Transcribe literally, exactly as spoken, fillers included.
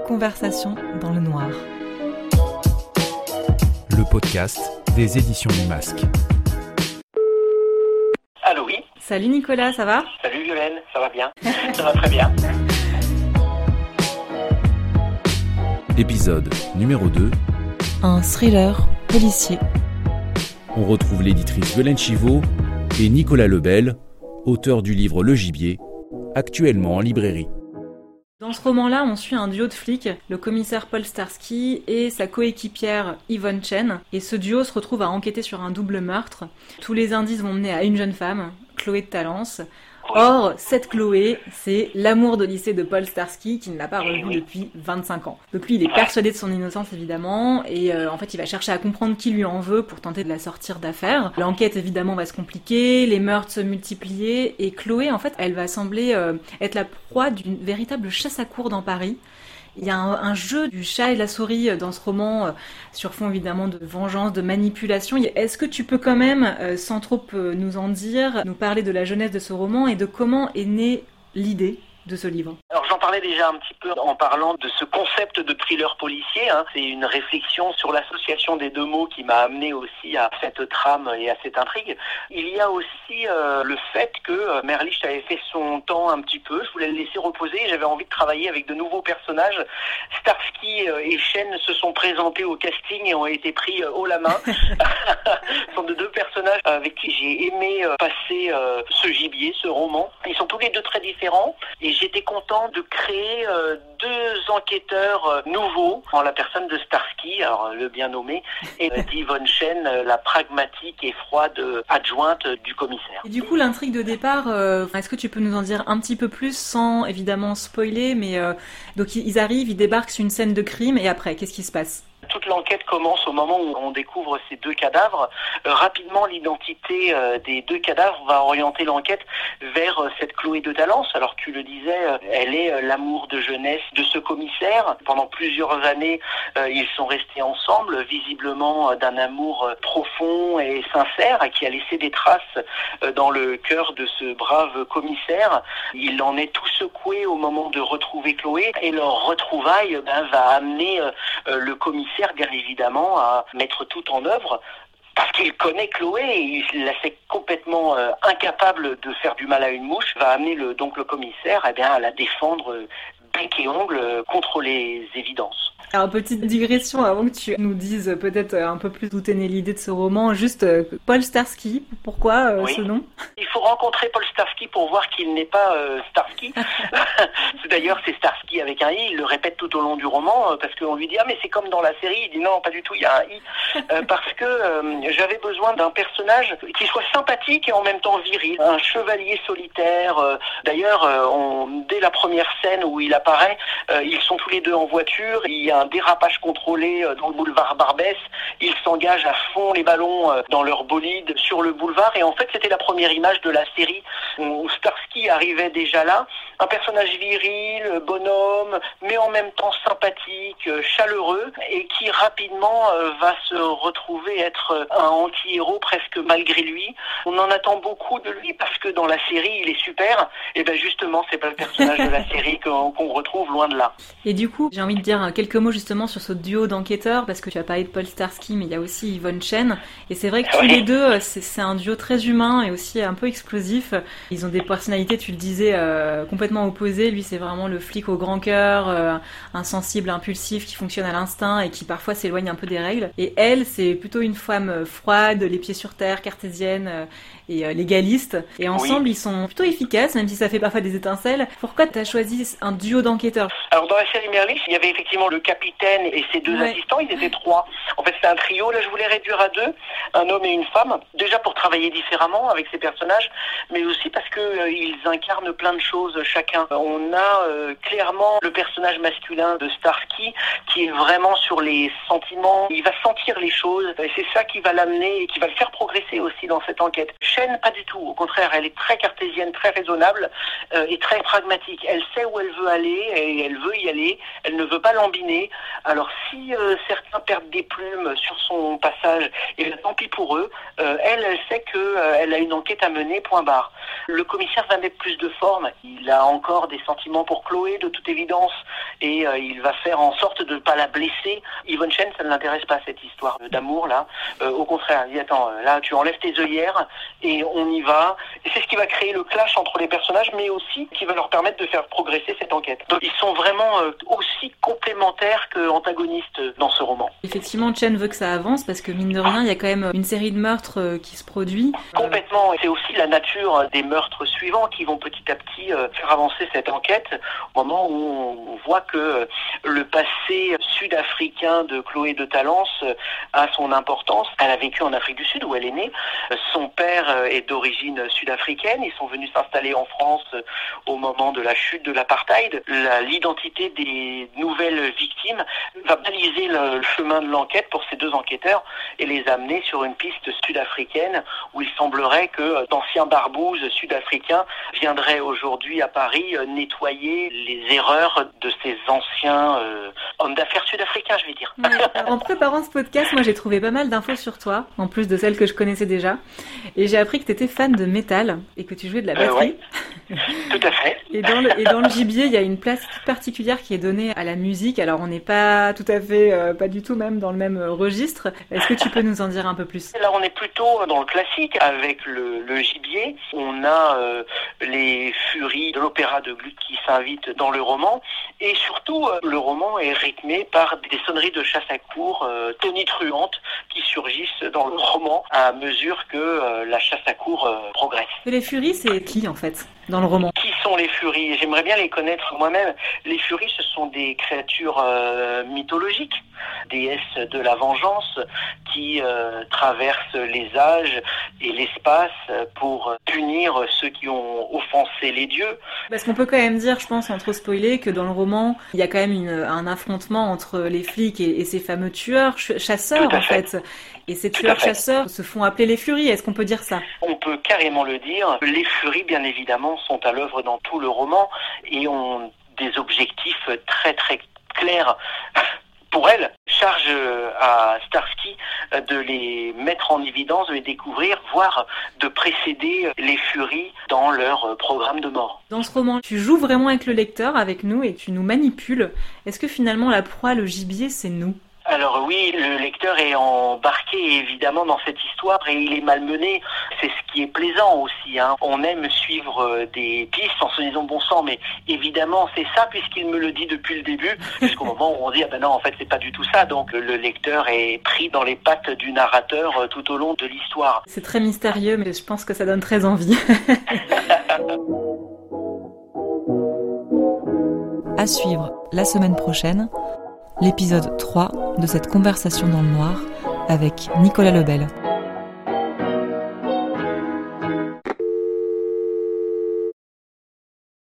Conversation dans le noir. Le podcast des éditions du Masque. Allô, oui. Salut Nicolas, ça va ? Salut Violaine, ça va bien. Ça va très bien. Épisode numéro deux. Un thriller policier. On retrouve l'éditrice Violaine Chivot et Nicolas Lebel, auteur du livre Le Gibier, actuellement en librairie. Dans ce roman-là, on suit un duo de flics, le commissaire Paul Starsky et sa coéquipière Yvonne Chen. Et ce duo se retrouve à enquêter sur un double meurtre. Tous les indices vont mener à une jeune femme, Chloé de Talence. Or, cette Chloé, c'est l'amour de lycée de Paul Starsky qui ne l'a pas revu depuis vingt-cinq ans. Donc lui, il est persuadé de son innocence évidemment, et euh, en fait, il va chercher à comprendre qui lui en veut pour tenter de la sortir d'affaire. L'enquête évidemment va se compliquer, les meurtres se multiplier, et Chloé, en fait, elle va sembler euh, être la proie d'une véritable chasse à courre dans Paris. Il y a un, un jeu du chat et la souris dans ce roman, euh, sur fond évidemment de vengeance, de manipulation. Est-ce que tu peux quand même, euh, sans trop euh, nous en dire, nous parler de la jeunesse de ce roman et de comment est née l'idée de ce livre ? Alors j'en parlais déjà un petit peu en parlant de ce concept de thriller policier. Hein. C'est une réflexion sur l'association des deux mots qui m'a amené aussi à cette trame et à cette intrigue. Il y a aussi euh, le fait que euh, Merlich avait fait son temps un petit peu. Je voulais le laisser reposer. J'avais envie de travailler avec de nouveaux personnages. Starsky et Chen se sont présentés au casting et ont été pris euh, haut la main. Ce sont de deux personnages avec qui j'ai aimé euh, passer euh, ce gibier, ce roman. Ils sont tous les deux très différents et j'étais content de créer euh, deux enquêteurs euh, nouveaux en la personne de Starsky, alors le bien nommé, et euh, d'Yvonne Chen, euh, la pragmatique et froide euh, adjointe euh, du commissaire. Et du coup, l'intrigue de départ, euh, est-ce que tu peux nous en dire un petit peu plus sans évidemment spoiler, mais euh, donc ils arrivent, ils débarquent sur une scène de crime et après, qu'est-ce qui se passe ? Toute l'enquête commence au moment où on découvre ces deux cadavres. Euh, rapidement, l'identité euh, des deux cadavres va orienter l'enquête vers euh, cette Chloé de Talence. Alors tu le disais, euh, elle est euh, l'amour de jeunesse de ce commissaire. Pendant plusieurs années, euh, ils sont restés ensemble, visiblement euh, d'un amour euh, profond et sincère qui a laissé des traces euh, dans le cœur de ce brave commissaire. Il en est tout secoué au moment de retrouver Chloé et leur retrouvaille ben, va amener euh, euh, le commissaire bien évidemment à mettre tout en œuvre parce qu'il connaît Chloé et il la sait complètement euh, incapable de faire du mal à une mouche, va amener le, donc le commissaire eh bien, à la défendre euh, bec et ongle euh, contre les évidences. Alors, petite digression avant que tu nous dises peut-être un peu plus d'où t'es née l'idée de ce roman. Juste, euh, Paul Starsky, pourquoi euh, oui. ce nom ? Il faut rencontrer Paul Starsky pour voir qu'il n'est pas euh, Starsky. D'ailleurs, c'est Starsky avec un i, il le répète tout au long du roman, euh, parce qu'on lui dit « Ah, mais c'est comme dans la série », il dit « Non, pas du tout, il y a un i euh, ». Parce que euh, j'avais besoin d'un personnage qui soit sympathique et en même temps viril, un chevalier solitaire. Euh, d'ailleurs, euh, on, dès la première scène où il apparaît, euh, ils sont tous les deux en voiture, il y a un dérapage contrôlé dans le boulevard Barbès. Ils s'engagent à fond les ballons dans leur bolide sur le boulevard. Et en fait, c'était la première image de la série où Starsky arrivait déjà là. Un personnage viril, bonhomme, mais en même temps sympathique, chaleureux, et qui rapidement va se retrouver être un anti-héros presque malgré lui. On en attend beaucoup de lui parce que dans la série, il est super. Et bien justement, c'est pas le personnage de la série qu'on, qu'on retrouve loin de là. Et du coup, j'ai envie de dire quelques mots justement sur ce duo d'enquêteurs, parce que tu as parlé de Paul Starsky, mais il y a aussi Yvonne Chen, et c'est vrai que tous oui. les deux, c'est, c'est un duo très humain et aussi un peu explosif. Ils ont des personnalités, tu le disais, euh, complètement opposées. Lui, c'est vraiment le flic au grand cœur, euh, insensible, impulsif, qui fonctionne à l'instinct et qui parfois s'éloigne un peu des règles. Et elle, c'est plutôt une femme froide, les pieds sur terre, cartésienne euh, et euh, légaliste. Et ensemble, oui. Ils sont plutôt efficaces, même si ça fait parfois des étincelles. Pourquoi tu as choisi un duo d'enquêteurs ? Alors, dans la série Merlich, il y avait effectivement le capitaine et ses deux ouais. assistants, ils étaient trois. En fait, c'était un trio. Là, je voulais réduire à deux, un homme et une femme. Déjà pour travailler différemment avec ces personnages, mais aussi parce que euh, ils incarnent plein de choses chacun. On a euh, clairement le personnage masculin de Starsky qui est vraiment sur les sentiments. Il va sentir les choses et c'est ça qui va l'amener et qui va le faire progresser aussi dans cette enquête. Chen, pas du tout. Au contraire, elle est très cartésienne, très raisonnable euh, et très pragmatique. Elle sait où elle veut aller et elle veut y aller. Elle ne veut pas lambiner. Alors si euh, certains perdent des plumes sur son passage, et bien, tant pis pour eux. Euh, elle, elle sait qu'elle euh, a une enquête à mener, point barre. Le commissaire va mettre plus de forme. Il a encore des sentiments pour Chloé, de toute évidence, et euh, il va faire en sorte de ne pas la blesser. Yvonne Chen, ça ne l'intéresse pas, cette histoire d'amour, là. Euh, au contraire, il dit, attends, là, tu enlèves tes œillères, et on y va. Et c'est ce qui va créer le clash entre les personnages, mais aussi qui va leur permettre de faire progresser cette enquête. Donc, ils sont vraiment euh, aussi complémentaires que antagonistes dans ce roman. Effectivement, Chen veut que ça avance, parce que mine de rien, il y a quand même une série de meurtres euh, qui se produit. Complètement. C'est aussi la nature des meurtres suivants qui vont petit à petit euh, faire avancer cette enquête, au moment où on voit que le passé sud-africain de Chloé de Talence a son importance. Elle a vécu en Afrique du Sud, où elle est née. Son père est d'origine sud-africaine. Ils sont venus s'installer en France au moment de la chute de l'apartheid. La, l'identité des nouvelles victimes va baliser le chemin de l'enquête pour ces deux enquêteurs et les amener sur une piste sud-africaine où il semblerait que d'anciens barbouzes sud-africains viendraient aujourd'hui à Paris nettoyer les erreurs de ces anciens euh, hommes d'affaires sud-africains, je vais dire. Ouais, en préparant ce podcast, moi j'ai trouvé pas mal d'infos sur toi, en plus de celles que je connaissais déjà. Et j'ai appris que tu étais fan de métal et que tu jouais de la batterie. Euh, ouais. Tout à fait. Et dans, le, et dans le gibier, il y a une place particulière qui est donnée à la musique. Alors on n'est pas tout à fait, euh, pas du tout même dans le même registre. Est-ce que tu peux nous en dire un peu plus ? Là, on est plutôt dans le classique avec le, le gibier. On a euh, les furies de l'opéra de Gluck qui s'invitent dans le roman. Et surtout, euh, le roman est rythmé par des sonneries de chasse à courre euh, tonitruantes qui surgissent dans le roman à mesure que euh, la chasse à courre euh, progresse. Et les furies, c'est qui en fait dans le roman ? Qui sont les furies ? J'aimerais bien les connaître moi-même. Les furies, ce sont des créatures euh, mythologiques, déesses de la vengeance qui euh, traversent les âges et l'espace pour punir ceux qui ont offensé les dieux. Parce qu'on peut quand même dire, je pense, sans trop spoiler, que dans le roman, il y a quand même une, un affrontement entre les flics et, et ces fameux tueurs, chasseurs en fait. fait. Et ces tueurs-chasseurs se font appeler les furies, est-ce qu'on peut dire ça ? On peut carrément le dire. Les furies, bien évidemment, sont à l'œuvre dans tout le roman et ont des objectifs très très clairs. Pour elle, charge à Starsky de les mettre en évidence, de les découvrir, voire de précéder les furies dans leur programme de mort. Dans ce roman, tu joues vraiment avec le lecteur, avec nous, et tu nous manipules. Est-ce que finalement la proie, le gibier, c'est nous ? Alors oui, le lecteur est embarqué évidemment dans cette histoire et il est malmené. C'est ce qui est plaisant aussi, hein. On aime suivre des pistes en se disant bon sang, mais évidemment c'est ça puisqu'il me le dit depuis le début, jusqu'au moment où on dit ah ben non en fait c'est pas du tout ça. Donc le lecteur est pris dans les pattes du narrateur tout au long de l'histoire. C'est très mystérieux, mais je pense que ça donne très envie. À suivre la semaine prochaine. L'épisode trois de cette conversation dans le noir avec Nicolas Lebel.